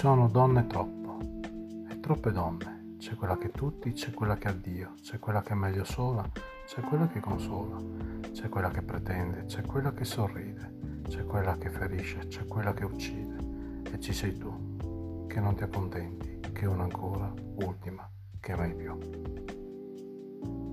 sono donne troppo, e troppe donne. C'è quella che tutti, c'è quella che addio, c'è quella che è meglio sola, c'è quella che consola, c'è quella che pretende, c'è quella che sorride, c'è quella che ferisce, c'è quella che uccide. E ci sei tu, che non ti accontenti, che una ancora, ultima, che mai più.